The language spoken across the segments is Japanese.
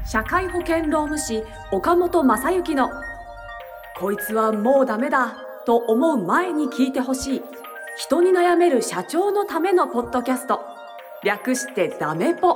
社会保険労務士岡本正幸のこいつはもうダメだと思う前に聞いてほしい人に悩める社長のためのポッドキャスト、略してダメポ。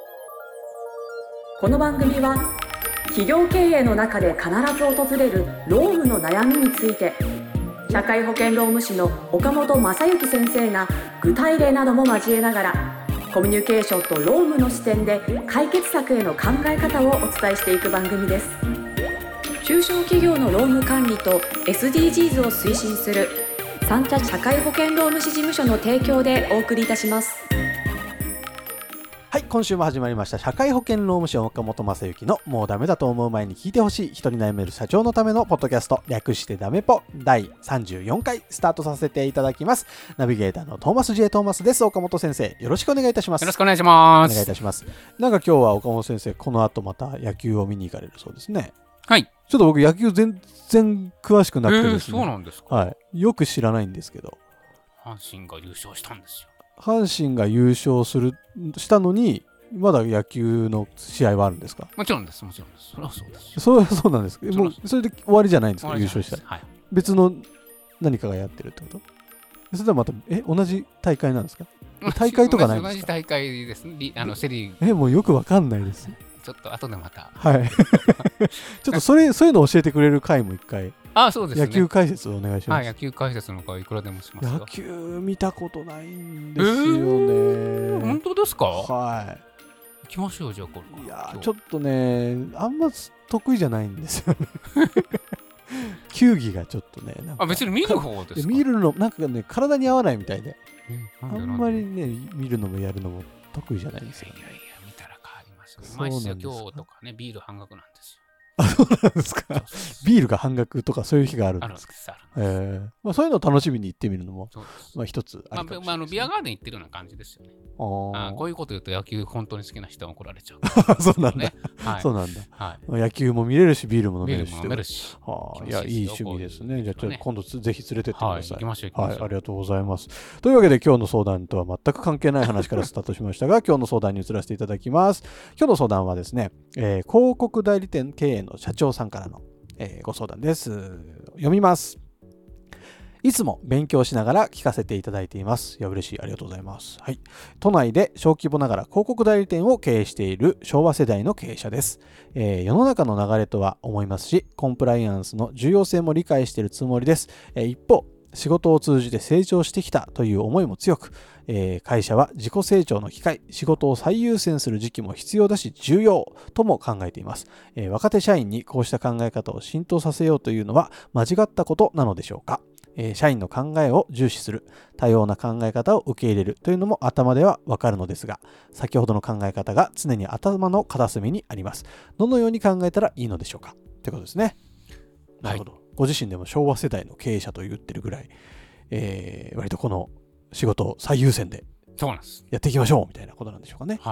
この番組は企業経営の中で必ず訪れる労務の悩みについて、社会保険労務士の岡本正幸先生が具体例なども交えながらコミュニケーションと労務の視点で解決策への考え方をお伝えしていく番組です。中小企業の労務管理と SDGs を推進する三茶社会保険労務士事務所の提供でお送りいたします。 はい、今週も始まりました社会保険労務士岡本正幸のもうダメだと思う前に聞いてほしい人に悩める社長のためのポッドキャスト、略してダメポ第34回スタートさせていただきます。ナビゲーターのトーマス J トーマスです。岡本先生、よろしくお願いいたします。 よろしくお願いします。 お願いいたします。なんか今日は岡本先生、この後また野球を見に行かれるそうですね。 はい。 ちょっと僕野球全然詳しくなくてですね。 そうなんですか。 はい。よく知らないんですけど。 阪神が優勝したんですよ。 阪神が優勝したのに、まだ野球の試合はあるんですか？ もちろんです、もちろんです。それはそうです。 それはそうなんですけど、もうそれで終わりじゃないんですか？優勝したら、 はい、 別の何かがやってるってこと？それとはまた同じ大会なんですか？大会とかないんですか？ 同じ大会ですね。セリーグ。 もうよくわかんないです。 ちょっと後でまた。 はい。ちょっとそういうのを教えてくれる回も一回。 そうですね。 野球解説をお願いします。 はい、野球解説の回いくらでもしますよ。 野球見たことないんですよね。 本当ですか？ はい。 行きましょう、じゃあこれ。 いやちょっとね、あんま得意じゃないんですよね。球技がちょっとね、なんか別に見る方ですか？ 見るのなんかね、体に合わないみたいで、 あんまりね、見るのもやるのも得意じゃないんですよ、ね。 いや見たら変わりますよ。うまいですよ。今日とかね、ビール半額なんですよ。 そうなんですか。ビールが半額とかそういう日があるんですか？そういうのを楽しみに行ってみるのも一つありかもしれないですね。 ビアガーデン行ってるような感じですよね。こういうこと言うと野球本当に好きな人は怒られちゃう。 そうなんだ。そうなんだ。野球も見れるし、ビールも飲めるし。いや、いい趣味ですね。じゃあ今度ぜひ連れてってください。 行きましょう。 はい、ありがとうございます。というわけで今日の相談とは全く関係ない話からスタートしましたが、今日の相談に移らせていただきます。今日の相談はですね、広告代理店経営の社長さんからの、ご相談です。読みます。いつも勉強しながら聞かせていただいています。いや、嬉しい。ありがとうございます。はい。都内で小規模ながら広告代理店を経営している昭和世代の経営者です。世の中の流れとは思いますし、コンプライアンスの重要性も理解しているつもりです。一方、仕事を通じて成長してきたという思いも強く、会社は自己成長の機会、仕事を最優先する時期も必要だし重要とも考えています。若手社員にこうした考え方を浸透させようというのは間違ったことなのでしょうか？社員の考えを重視する、多様な考え方を受け入れるというのも頭ではわかるのですが、先ほどの考え方が常に頭の片隅にあります。どのように考えたらいいのでしょうか？ってことですね。なるほど。ご自身でも昭和世代の経営者と言ってるぐらい、割とこの仕事を最優先でやっていきましょうみたいなことなんでしょうかね。 はい。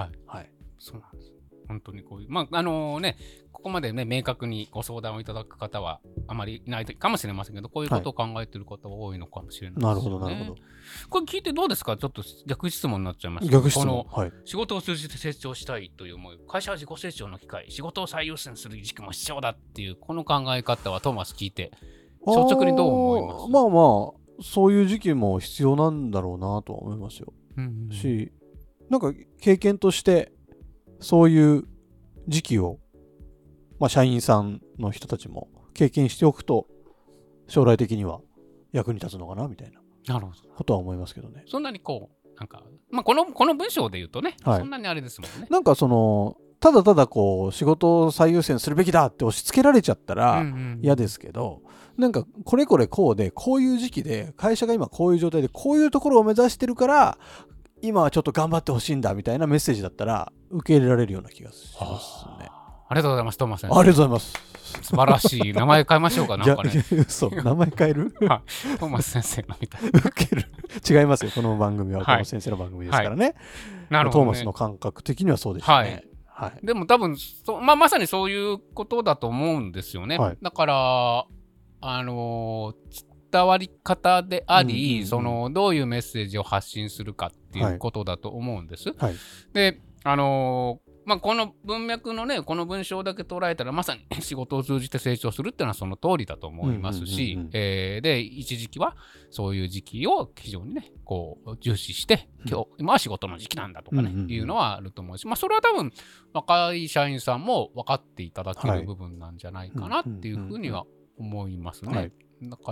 そうなんです。本当にこういう、ここまでね、明確にご相談をいただく方はあまりいないかもしれませんけど、こういうことを考えている方は多いのかもしれないですよね。なるほど、なるほど。これ聞いてどうですか？ちょっと逆質問になっちゃいますけど、 逆質問。 仕事を通じて成長したいという思い、会社は自己成長の機会、仕事を最優先する時期も必要だっていう、この考え方はトーマス聞いて、率直にどう思います？ まあ、そういう時期も必要なんだろうなとは思いますよ。し、なんか経験として、そういう時期を、社員さんの人たちも経験しておくと将来的には役に立つのかなみたいなことは思いますけどね。 そんなにこうなんか、この文章で言うとね、そんなにあれですもんね。 なんかただただこう仕事を最優先するべきだって押し付けられちゃったら嫌ですけど、なんかこれこれこうでこういう時期で会社が今こういう状態でこういうところを目指してるから今はちょっと頑張ってほしいんだみたいなメッセージだったら受け入れられるような気がしますね。 ありがとうございます、トーマス先生。 ありがとうございます。 素晴らしい。名前変えましょうか、なんかね。 嘘、名前変える？ トーマス先生のみたいな。受ける。違いますよ、この番組は岡本先生の番組ですからね。なるほど。トーマスの感覚的にはそうですね。 でも多分まさにそういうことだと思うんですよね。だから伝わり方であり、どういうメッセージを発信するかっていうことだと思うんです。でまあ、この文脈のね、この文章だけ捉えたら、まさに仕事を通じて成長するっていうのはその通りだと思いますし、で、一時期はそういう時期を非常にね、こう重視して、今は仕事の時期なんだとかね、いうのはあると思うし、まあ、それは多分、若い社員さんも分かっていただける部分なんじゃないかなっていうふうには思いますね。だから、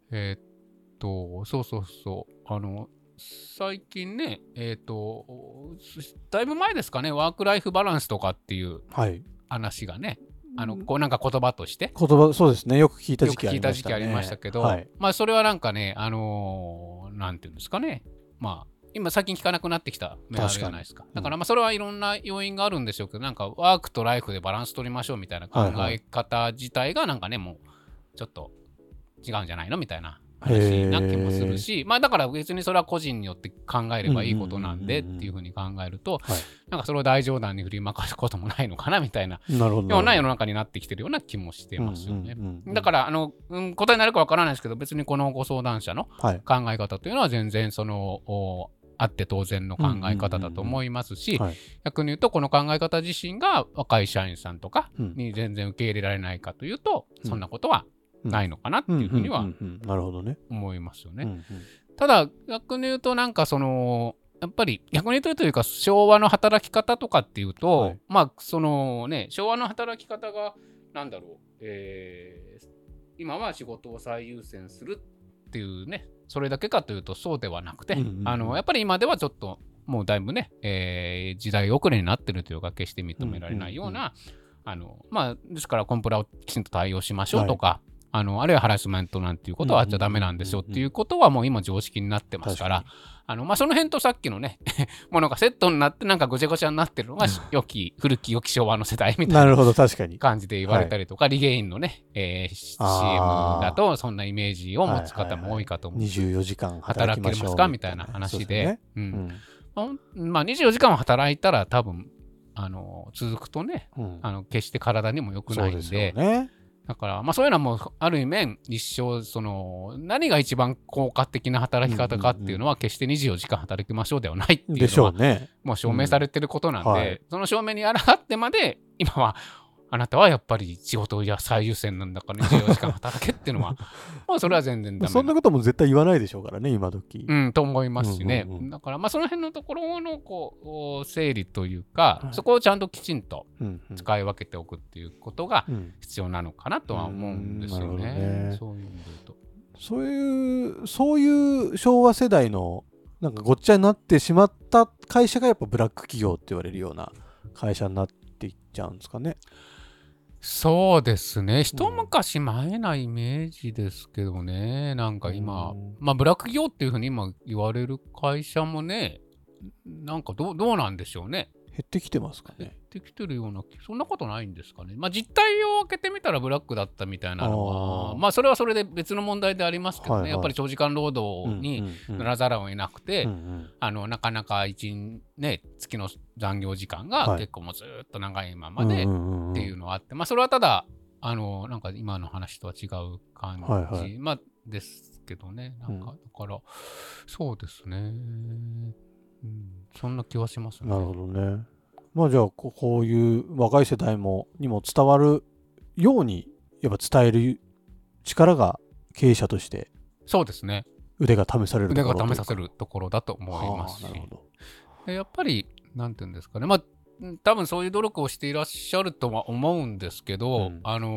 最近ね、だいぶ前ですかね、ワークライフバランスとかっていう話がね、こうなんか言葉としてそうですね、よく聞いた時期ありましたけど、まあそれはなんかね、なんていうんですかね、まあ今最近聞かなくなってきた面あるじゃないですか。だからまあそれはいろんな要因があるんでしょうけど、なんかワークとライフでバランス取りましょうみたいな考え方自体がなんかね、もうちょっと違うんじゃないのみたいな話な気もするし、まあだから別にそれは個人によって考えればいいことなんでっていうふうに考えると、なんかそれを大冗談に振りまかすこともないのかなみたいなような世の中になってきてるような気もしてますよね。だから答えになるかわからないですけど、別にこのご相談者の考え方というのは全然そのあって当然の考え方だと思いますし、逆に言うとこの考え方自身が若い社員さんとかに全然受け入れられないかというと、そんなことはないのかなっていうふうには思いますよね。ただ逆に言うとなんかそのやっぱり逆に言うというか昭和の働き方とかっていうと、まあそのね昭和の働き方がなんだろう、今は仕事を最優先するっていうね、それだけかというとそうではなくて、やっぱり今ではちょっともうだいぶね、時代遅れになってるというか決して認められないような、まあですからコンプラをきちんと対応しましょうとか、あるいはハラスメントなんていうことはあっちゃダメなんですよっていうことはもう今常識になってますから、まあその辺とさっきのねものがセットになってなんかごちゃごちゃになってるのが古き良き昭和の世代みたいな感じで言われたりとか、リゲインのね、CM だとそんなイメージを持つ方も多いかと思う。 24時間働きましょう働けますかみたいな話で、まあ24時間は働いたら多分続くとね、決して体にも良くないんで、だから、まあそういうのはもうある意味一生その何が一番効果的な働き方かっていうのは決して24時間働きましょうではないっていうのはもう証明されてることなんで、その証明に抗ってまで今はあなたはやっぱり仕事や最優先なんだから24時間働けっていうのはまあそれは全然ダメそんなことも絶対言わないでしょうからね今時。 と思いますしね。だからまあその辺のところのこう整理というか、そこをちゃんときちんと使い分けておくっていうことが必要なのかなとは思うんですよね。そういう意味で言うとそういう昭和世代のなんかごっちゃになってしまった会社がやっぱブラック企業って言われるような会社になっていっちゃうんですかね。 そうですね、一昔前なイメージですけどね、なんか今、まあブラック企業っていうふうに今言われる会社もね、なんかどうなんでしょうね。 減ってきてますかね。 減ってきてるような、そんなことないんですかね。まあ実態を開けてみたらブラックだったみたいなのは、まあそれはそれで別の問題でありますけどね、やっぱり長時間労働にならざるを得なくて、なかなか月の残業時間が結構もうずっと長いままでっていうのはあって、まあそれはただなんか今の話とは違う感じ、まあですけどね、なんかだからそうですね。そんな気はしますね。 なるほどね。まあじゃあこういう若い世代にも伝わるようにやっぱ伝える力が経営者としてそうですね。 腕が試される腕が試させるところだと思いますし、やっぱりなんていうんですかね。まあ多分そういう努力をしていらっしゃるとは思うんですけど、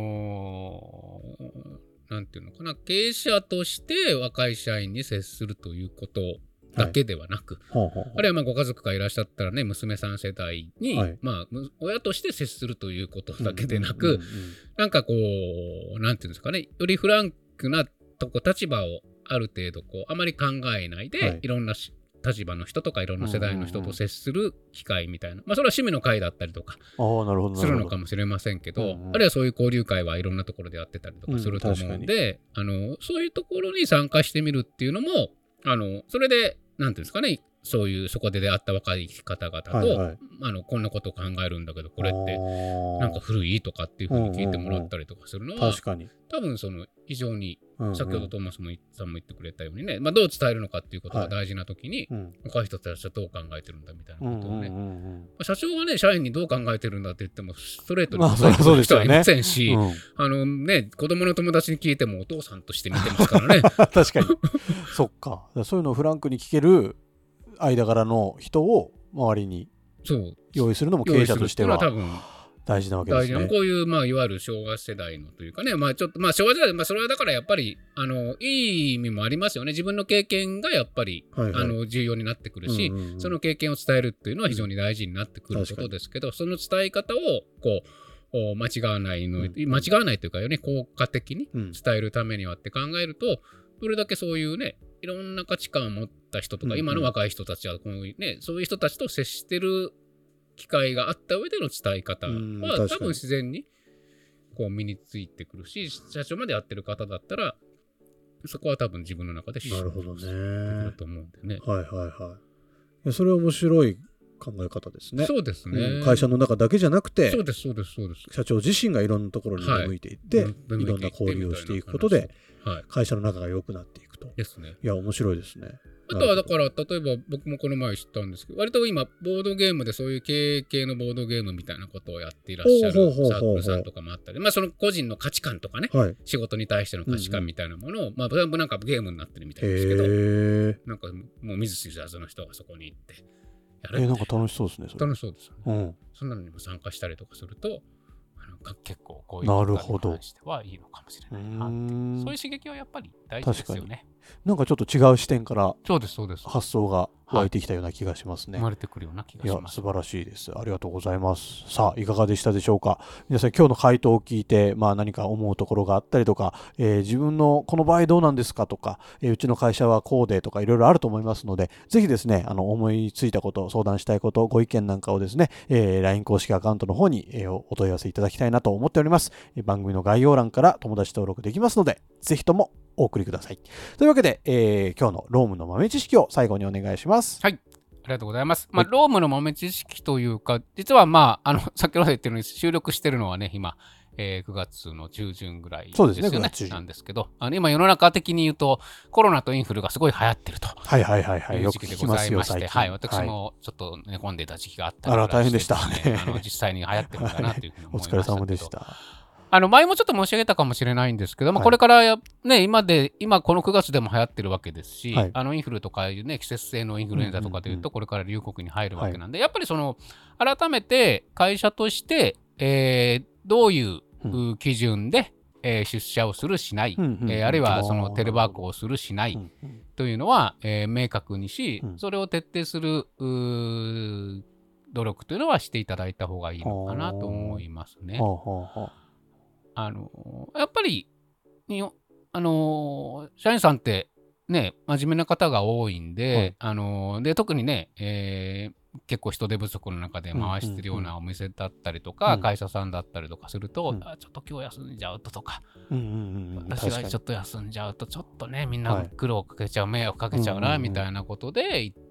なんていうのかな、経営者として若い社員に接するということだけではなく、あるいはまあご家族がいらっしゃったらね、娘さん世代に、まあ親として接するということだけでなく、なんかこうなんていうんですかね、よりフランクな立場をある程度あまり考えないで、いろんな立場の人とかいろんな世代の人と接する機会みたいな、まあそれは趣味の会だったりとかするのかもしれませんけど、あるいはそういう交流会はいろんなところでやってたりとかすると思うんで、そういうところに参加してみるっていうのもそれでなんていうんですかね、そこで出会った若い方々と、こんなことを考えるんだけどこれってなんか古いとかっていうふうに聞いてもらったりとかするのは、多分その非常に、 うんうん、 先ほどトーマスさんも言ってくれたようにね、どう伝えるのかっていうことが大事な時に、若い人たちはどう考えてるんだみたいなことをね、社長がね、社員にどう考えてるんだって言っても、ストレートに答えてくる人はいませんし、子供の友達に聞いてもお父さんとして見てますからね。 確かに。そっか。そういうのをフランクに聞ける間柄の人を周りに用意するのも経営者としては大事なわけですね。 こういう、いわゆる昭和世代のというかね、ちょっと、昭和世代、それはだからやっぱり、いい意味もありますよね。自分の経験がやっぱり、重要になってくるし、その経験を伝えるっていうのは非常に大事になってくることですけど、その伝え方を、間違わないというかね、効果的に伝えるためにはって考えると、どれだけそういうね、いろんな価値観を持った人とか、今の若い人たちはこういうね、そういう人たちと接してる機会があった上での伝え方は多分自然に身についてくるし、社長までやってる方だったらそこは多分自分の中で知ってくると思うんでね。 はいはいはい。それは面白い考え方ですね。 そうですね。 会社の中だけじゃなくて、 そうです。 社長自身がいろんなところに出向いていって、いろんな交流をしていくことで、会社の中が良くなっていくと。 ですね。 いや、面白いですね。 あとはだから、例えば僕もこの前知ったんですけど、割と今、ボードゲームでそういう経営系のボードゲームみたいなことをやっていらっしゃるサークルさんとかもあったり、その個人の価値観とかね、仕事に対しての価値観みたいなものを、なんかゲームになってるみたいですけど、なんかもう見ず知らずの人がそこに行ってやる。 なんか楽しそうですね。 楽しそうですよね。そんなのにも参加したりとかすると、結構こういうことに関してはいいのかもしれないな。そういう刺激はやっぱり大事ですよね。 なんかちょっと違う視点から発想が湧いてきたような気がしますね。 生まれてくるような気がします。 素晴らしいです。ありがとうございます。さあ、いかがでしたでしょうか。皆さん今日の回答を聞いて、何か思うところがあったりとか、自分のこの場合どうなんですかとか、うちの会社はこうでとかいろいろあると思いますので、ぜひですね、思いついたこと、相談したいこと、ご意見なんかをですね、LINE 公式アカウントの方に、お問い合わせいただきたいなと思っております。番組の概要欄から友達登録できますので、ぜひともお送りください。というわけで、今日のロームの豆知識を最後にお願いします。 はい。ありがとうございます。ロームの豆知識というか、実は先ほど言ってるように収録してるのはね、今、9月の中旬ぐらいですよね。そうですね。なんですけど、今世の中的に言うと、コロナとインフルがすごい流行ってると。 はいはいはいはい。 いう時期でございまして、私もちょっと寝込んでた時期があったりして、大変でしたね。 実際に流行ってるんだなというふうに思いましたけど。 お疲れ様でした。 前もちょっと申し上げたかもしれないんですけど、これからね、今この9月でも流行ってるわけですし、インフルとかいうね、季節性のインフルエンザとかでいうと、これから流行に入るわけなんで、やっぱり改めて会社として、どういう基準で、出社をするしない、あるいはテレワークをするしないというのは、明確にし、それを徹底する努力というのはしていただいた方がいいのかなと思いますね。やっぱり社員さんってね、真面目な方が多いんで、で特にね、結構人手不足の中で回してるようなお店だったりとか、会社さんだったりとかすると、ちょっと今日休んじゃうとか、私がちょっと休んじゃうとちょっとね、みんな苦労かけちゃう、迷惑かけちゃうなみたいなことで言って、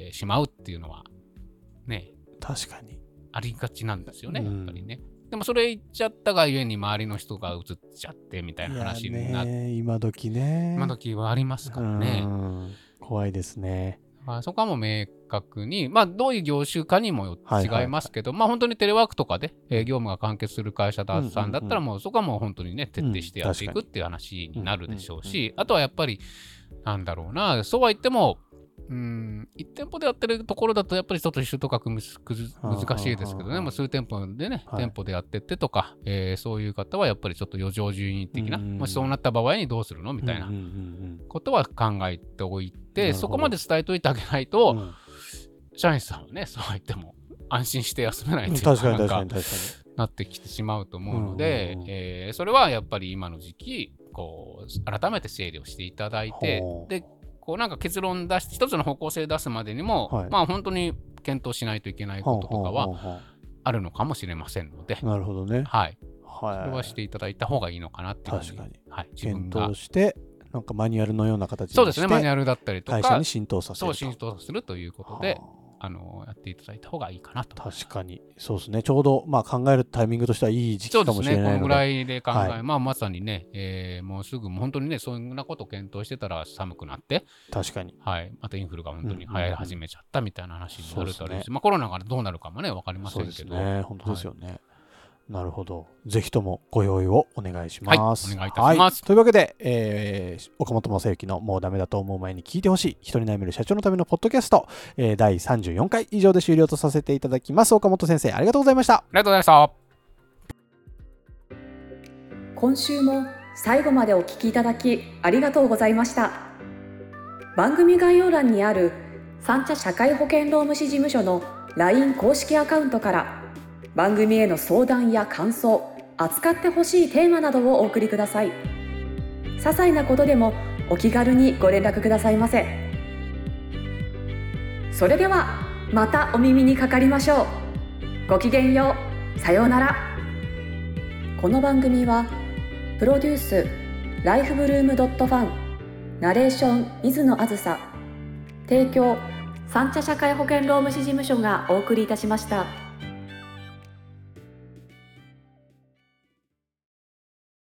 しまうっていうのはね、 確かにありがちなんですよね、やっぱりね。でもそれ言っちゃったがゆえに周りの人が移っちゃってみたいな話になって、 今時はありますからね。 怖いですね。 そこはもう明確に、どういう業種かにも違いますけど、本当にテレワークとかで、業務が完結する会社さんだったら、もうそこはもう本当にね、徹底してやっていくっていう話になるでしょうし、あとはやっぱり、そうは言っても、1店舗でやってるところだとやっぱりちょっと習得学難しいですけどね、数店舗でね、店舗でやってってとか、そういう方はやっぱりちょっと余剰順位的な、もしそうなった場合にどうするのみたいなことは考えておいて、そこまで伝えといてあげないと、社員さんはね、そう言っても安心して休めないっていうかなってきてしまうと思うので、それはやっぱり今の時期改めて整理をしていただいて、でなんか結論出して一つの方向性出すまでにも、本当に検討しないといけないこととかはあるのかもしれませんので、 なるほどね。 それはしていただいた方がいいのかなっていうふうに、 検討してなんかマニュアルのような形にして、 そうですね、マニュアルだったりとか会社に浸透させる浸透するということで、 やっていただいた方がいいかなと。 確かにそうですね。ちょうど、考えるタイミングとしてはいい時期かもしれないので、 そうですね、このぐらいで考え、 はいまさにね、もうすぐ本当にね、そんなことを検討してたら寒くなって、 確かに、 はい、またインフルが本当に流行り始めちゃったみたいな話になるとあれですし、 そうですコロナがどうなるかもね、分かりませそうんでけど。 すね。本当ですよね。なるほど。ぜひともご用意をお願いします。 はい、お願いいたします。 というわけで、岡本正幸のもうダメだと思う前に聞いてほしい人に悩める社長のためのポッドキャスト、第34回以上で終了とさせていただきます。岡本先生、ありがとうございました。 ありがとうございました。 今週も最後までお聞きいただきありがとうございました。番組概要欄にある三茶社会保険労務士事務所の LINE 公式アカウントから番組への相談や感想、扱ってほしいテーマなどをお送りください。些細なことでもお気軽にご連絡くださいませ。それではまたお耳にかかりましょう。ごきげんよう。さようなら。この番組はプロデュースライフブルームドットファン、ナレーション水野あずさ、提供三茶社会保険労務士事務所がお送りいたしました。